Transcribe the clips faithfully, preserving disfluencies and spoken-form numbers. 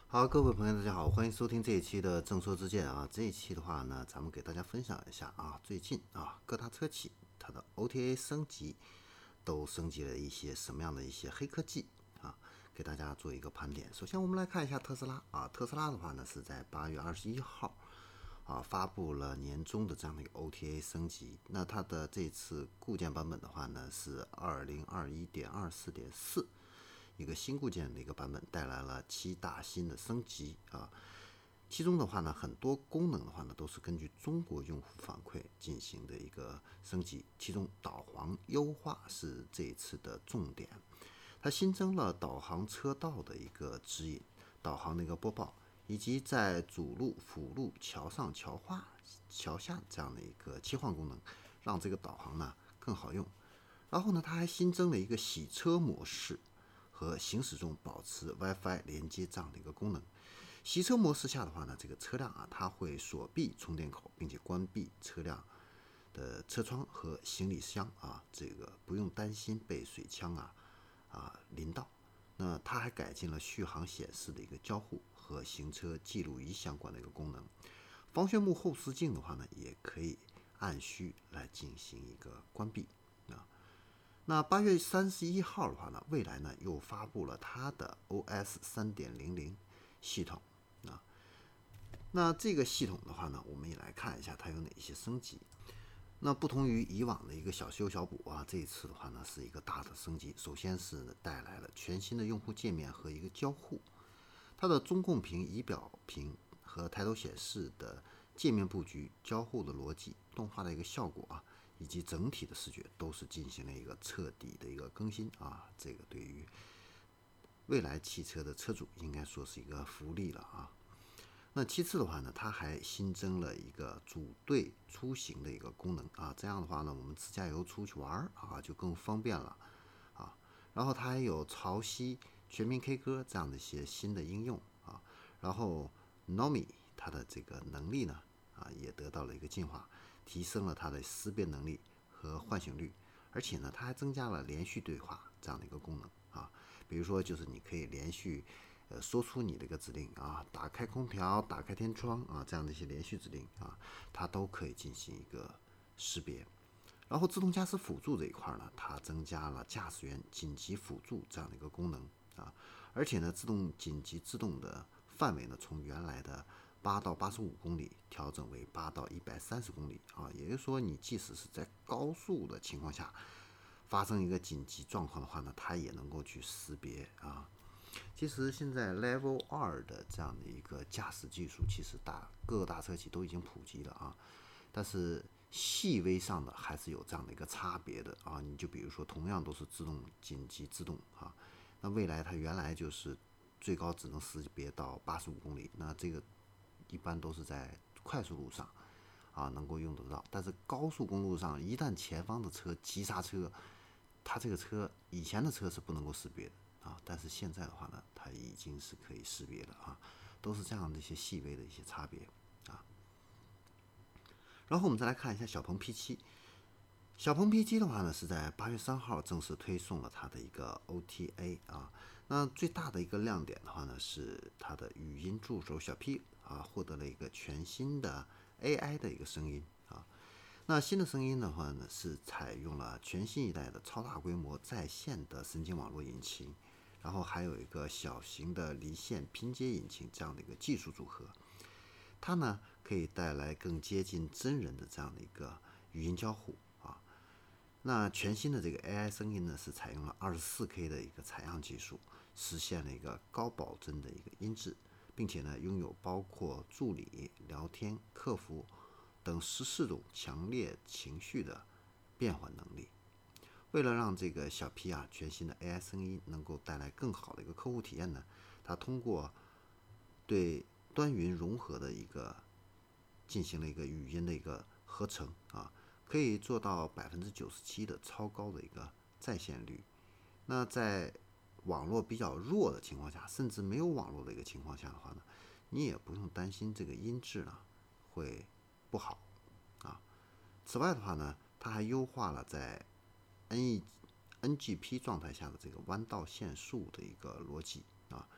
好，各位朋友，大家好，欢迎收听这一期的正说之见啊。这一期的话呢，咱们给大家分享一下啊，最近啊各大车企它的 O T A 升级都升级了一些什么样的一些黑科技啊，给大家做一个盘点。首先我们来看一下特斯拉啊，特斯拉的话呢是在八月二十一号啊发布了年终的这样的一个 O T A 升级。那它的这次固件版本的话呢是二零二一点二四点四。一个新固件的一个版本，带来了七大新的升级啊。其中的话呢，很多功能的话呢，都是根据中国用户反馈进行的一个升级。其中导航优化是这一次的重点，它新增了导航车道的一个指引、导航的一个播报，以及在主路、辅路、桥上、桥化、桥下这样的一个切换功能，让这个导航呢更好用。然后呢，它还新增了一个洗车模式。和行驶中保持 WiFi 连接这样的一个功能。洗车模式下的话呢，这个车辆啊，它会锁闭充电口，并且关闭车辆的车窗和行李箱啊，这个不用担心被水枪啊啊淋到。那它还改进了续航显示的一个交互和行车记录仪相关的一个功能。防眩目后视镜的话呢，也可以按需来进行一个关闭啊。那八月三十一号的话呢，蔚来呢又发布了它的 O S 三点零零系统啊。那这个系统的话呢，我们也来看一下它有哪些升级。那不同于以往的一个小修小补啊，这一次的话呢是一个大的升级。首先是带来了全新的用户界面和一个交互，它的中控屏、仪表屏和抬头显示的界面布局、交互的逻辑、动画的一个效果啊。以及整体的视觉都是进行了一个彻底的一个更新啊，这个对于蔚来汽车的车主应该说是一个福利了啊。那其次的话呢，它还新增了一个组队出行的一个功能啊，这样的话呢，我们自驾游出去玩啊就更方便了啊。然后它还有潮汐、全民 K 歌这样的一些新的应用啊。然后 Nomi 它的这个能力呢啊也得到了一个进化。提升了它的识别能力和唤醒率，而且呢，它还增加了连续对话这样的一个功能啊。比如说，就是你可以连续呃说出你的一个指令啊，打开空调、打开天窗啊，这样的一些连续指令啊，它都可以进行一个识别。然后自动驾驶辅助这一块呢，它增加了驾驶员紧急辅助这样的一个功能啊，而且呢，自动紧急制动的范围呢，从原来的八到八十五公里调整为八到一百三十公里啊，也就是说，你即使是在高速的情况下发生一个紧急状况的话呢，它也能够去识别啊。其实现在 Level 二的这样的一个驾驶技术，其实大各个大车企都已经普及了啊，但是细微上的还是有这样的一个差别的啊。你就比如说，同样都是自动紧急制动啊，那未来它原来就是最高只能识别到八十五公里，那这个一般都是在快速路上啊能够用得到，但是高速公路上一旦前方的车急刹车，它这个车以前的车是不能够识别的啊，但是现在的话呢，它已经是可以识别了啊，都是这样的一些细微的一些差别啊。然后我们再来看一下小鹏 P 七，小鹏 P 七的话呢，是在八月三号正式推送了它的一个 O T A 啊。那最大的一个亮点的话呢，是它的语音助手小 P 啊，获得了一个全新的 A I 的一个声音啊。那新的声音的话呢，是采用了全新一代的超大规模在线的神经网络引擎，然后还有一个小型的离线拼接引擎这样的一个技术组合。它呢可以带来更接近真人的这样的一个语音交互啊。那全新的这个 A I 声音呢，是采用了 二十四K 的一个采样技术，实现了一个高保真的一个音质，并且呢，拥有包括助理、聊天、客服等十四种强烈情绪的变换能力。为了让这个小 P 啊全新的 A I 声音能够带来更好的一个客户体验呢，它通过对端云融合的一个进行了一个语音的一个合成啊。可以做到百分之九十七的超高的一个在线率。那在网络比较弱的情况下，甚至没有网络的一个情况下的话呢，你也不用担心这个音质呢会不好啊。此外的话呢，它还优化了在 N E N G P 状态下的这个弯道限速的一个逻辑啊。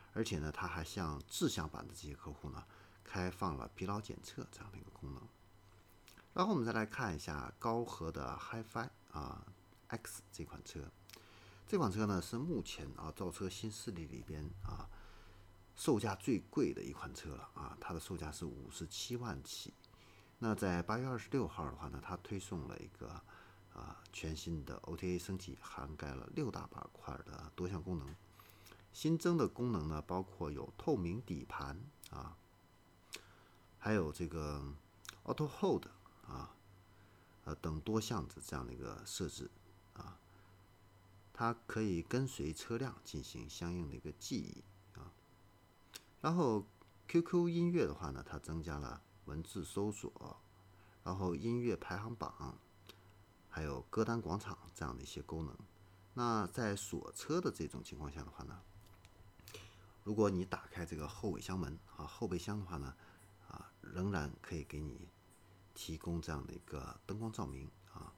而且呢，它还向智享版的这些客户呢开放了疲劳检测这样的一个功能。然后我们再来看一下高和的 Hi-Fi 啊 X 这款车，这款车呢是目前啊造车新势力里边啊售价最贵的一款车了啊，它的售价是五十七万起。那在八月二十六号的话呢，它推送了一个啊全新的 O T A 升级，涵盖了六大板块的多项功能。新增的功能呢，包括有透明底盘啊，还有这个 Auto Hold 啊，呃等多项的这样的一个设置啊，它可以跟随车辆进行相应的一个记忆啊。然后 Q Q 音乐的话呢，它增加了文字搜索，然后音乐排行榜，还有歌单广场这样的一些功能。那在锁车的这种情况下的话呢，如果你打开这个后尾箱门啊，后备箱的话呢，啊，仍然可以给你提供这样的一个灯光照明啊。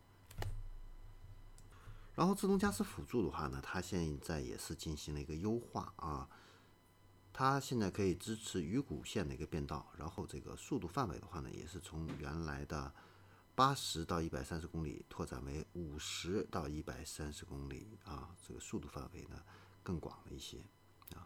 然后自动驾驶辅助的话呢，它现在也是进行了一个优化啊，它现在可以支持鱼骨线的一个变道，然后这个速度范围的话呢，也是从原来的八十到一百三十公里拓展为五十到一百三十公里啊，这个速度范围呢更广了一些啊。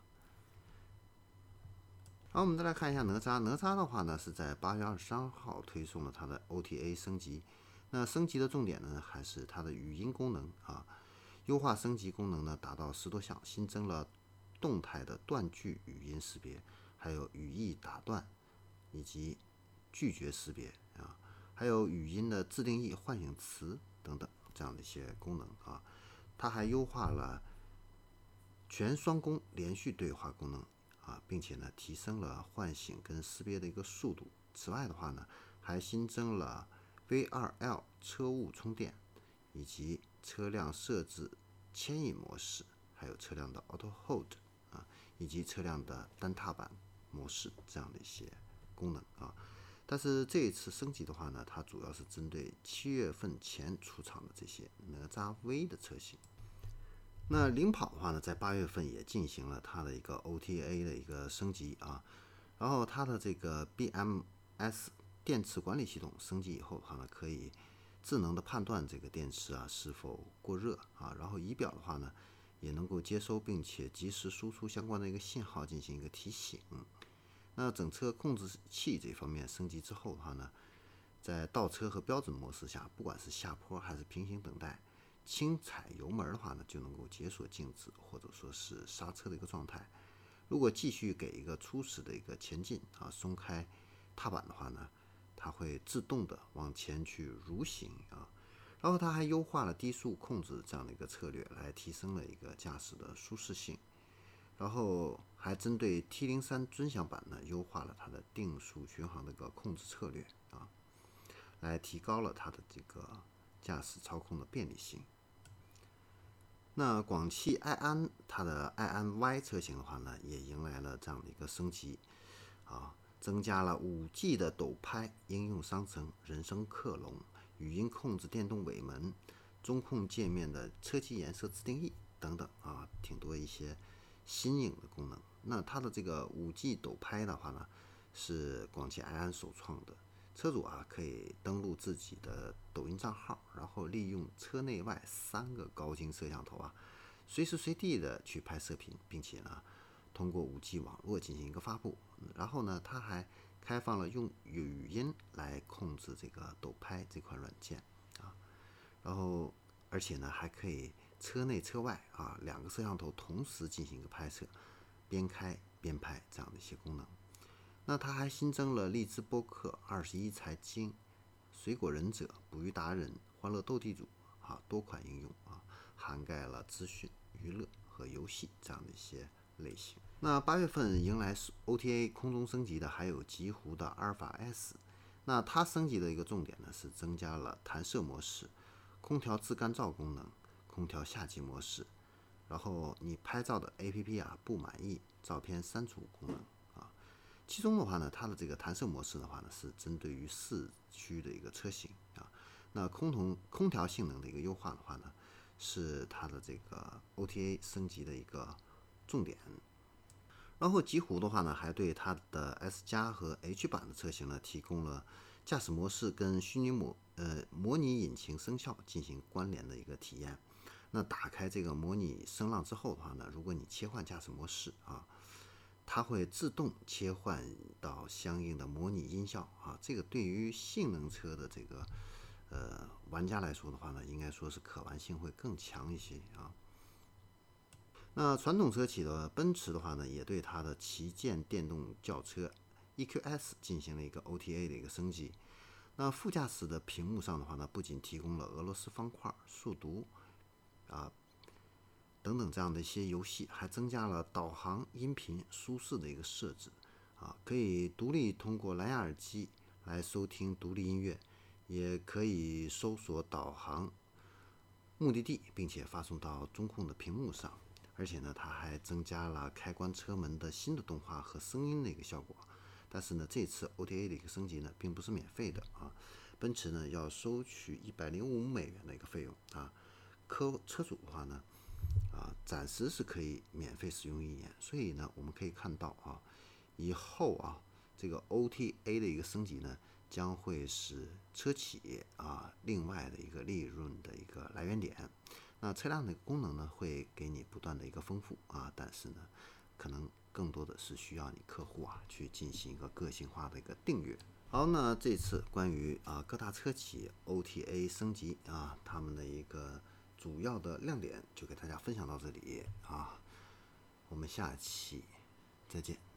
好，我们再来看一下哪吒。哪吒的话呢，是在八月二十三号推送了它的 O T A 升级。那升级的重点呢，还是它的语音功能啊，优化升级功能呢达到十多项，新增了动态的断句语音识别，还有语义打断以及拒绝识别啊，还有语音的自定义、唤醒词等等这样的一些功能啊。它还优化了全双工连续对话功能啊，并且呢提升了唤醒跟识别的一个速度。此外的话呢，还新增了 V 二 L 车务充电，以及车辆设置牵引模式，还有车辆的 Auto Hold 啊，以及车辆的单踏板模式这样的一些功能啊。但是这一次升级的话呢，它主要是针对七月份前出厂的这些哪吒 V 的车型。那领跑的话呢，在八月份也进行了它的一个 O T A 的一个升级啊，然后它的这个 B M S 电池管理系统升级以后的话呢，可以智能的判断这个电池啊是否过热啊，然后仪表的话呢，也能够接收并且及时输出相关的一个信号进行一个提醒。那整车控制器这方面升级之后的话呢，在倒车和标准模式下，不管是下坡还是平行等待，轻踩油门的话呢，就能够解锁静止或者说是刹车的一个状态。如果继续给一个初始的一个前进啊，松开踏板的话呢，它会自动的往前去蠕行啊。然后它还优化了低速控制这样的一个策略，来提升了一个驾驶的舒适性。然后还针对 T 零三 尊享版呢，优化了它的定速巡航的一个控制策略啊，来提高了它的这个驾驶操控的便利性。那广汽埃安它的埃安 Y 车型的话呢，也迎来了这样的一个升级啊，增加了 五 G 的抖拍应用商城、人声克隆、语音控制电动尾门、中控界面的车机颜色自定义等等啊，挺多一些新颖的功能。那它的这个 五 G 抖拍的话呢，是广汽埃安首创的。车主啊可以登录自己的抖音账号，然后利用车内外三个高清摄像头啊，随时随地的去拍摄屏，并且呢通过 五 G 网络进行一个发布。然后呢，它还开放了用语音来控制这个抖拍这款软件啊，然后而且呢还可以车内车外啊两个摄像头同时进行一个拍摄，边开边拍这样的一些功能。那它还新增了荔枝播客、二十一财经、水果忍者、捕鱼达人、欢乐斗地主啊多款应用啊，涵盖了资讯、娱乐和游戏这样的一些类型。那八月份迎来 O T A 空中升级的还有极狐的阿尔法 S， 那它升级的一个重点呢是增加了弹射模式、空调自干燥功能、空调夏季模式，然后你拍照的 A P P 啊不满意，照片删除功能。其中的话呢，它的这个弹射模式的话呢，是针对于市区的一个车型啊。那空同空调性能的一个优化的话呢，是它的这个 O T A 升级的一个重点。 然后极狐的话呢，还对它的 S 加和 H 版的车型呢，提供了驾驶模式跟虚拟模呃模拟引擎声效进行关联的一个体验。那打开这个模拟声浪之后的话呢，如果你切换驾驶模式啊，它会自动切换到相应的模拟音效啊。这个对于性能车的这个呃玩家来说的话呢，应该说是可玩性会更强一些啊。那传统车企的奔驰的话呢，也对它的旗舰电动轿车 E Q S 进行了一个 O T A 的一个升级。那副驾驶的屏幕上的话呢，不仅提供了俄罗斯方块、速读啊等等这样的一些游戏，还增加了导航、音频、舒适的一个设置啊，可以独立通过蓝牙耳机来收听独立音乐，也可以搜索导航目的地，并且发送到中控的屏幕上。而且呢，它还增加了开关车门的新的动画和声音的一个效果。但是呢，这次 O T A 的一个升级呢，并不是免费的啊。奔驰呢要收取一百零五美元的一个费用啊。客车主的话呢，啊，暂时是可以免费使用一年。所以呢，我们可以看到啊，以后啊，这个 O T A 的一个升级呢，将会是车企啊另外的一个利润的一个来源点。那车辆的功能呢，会给你不断的一个丰富啊，但是呢，可能更多的是需要你客户啊去进行一个个性化的一个订阅。好，那这次关于啊各大车企 O T A 升级啊，他们的一个主要的亮点就给大家分享到这里啊，我们下期再见。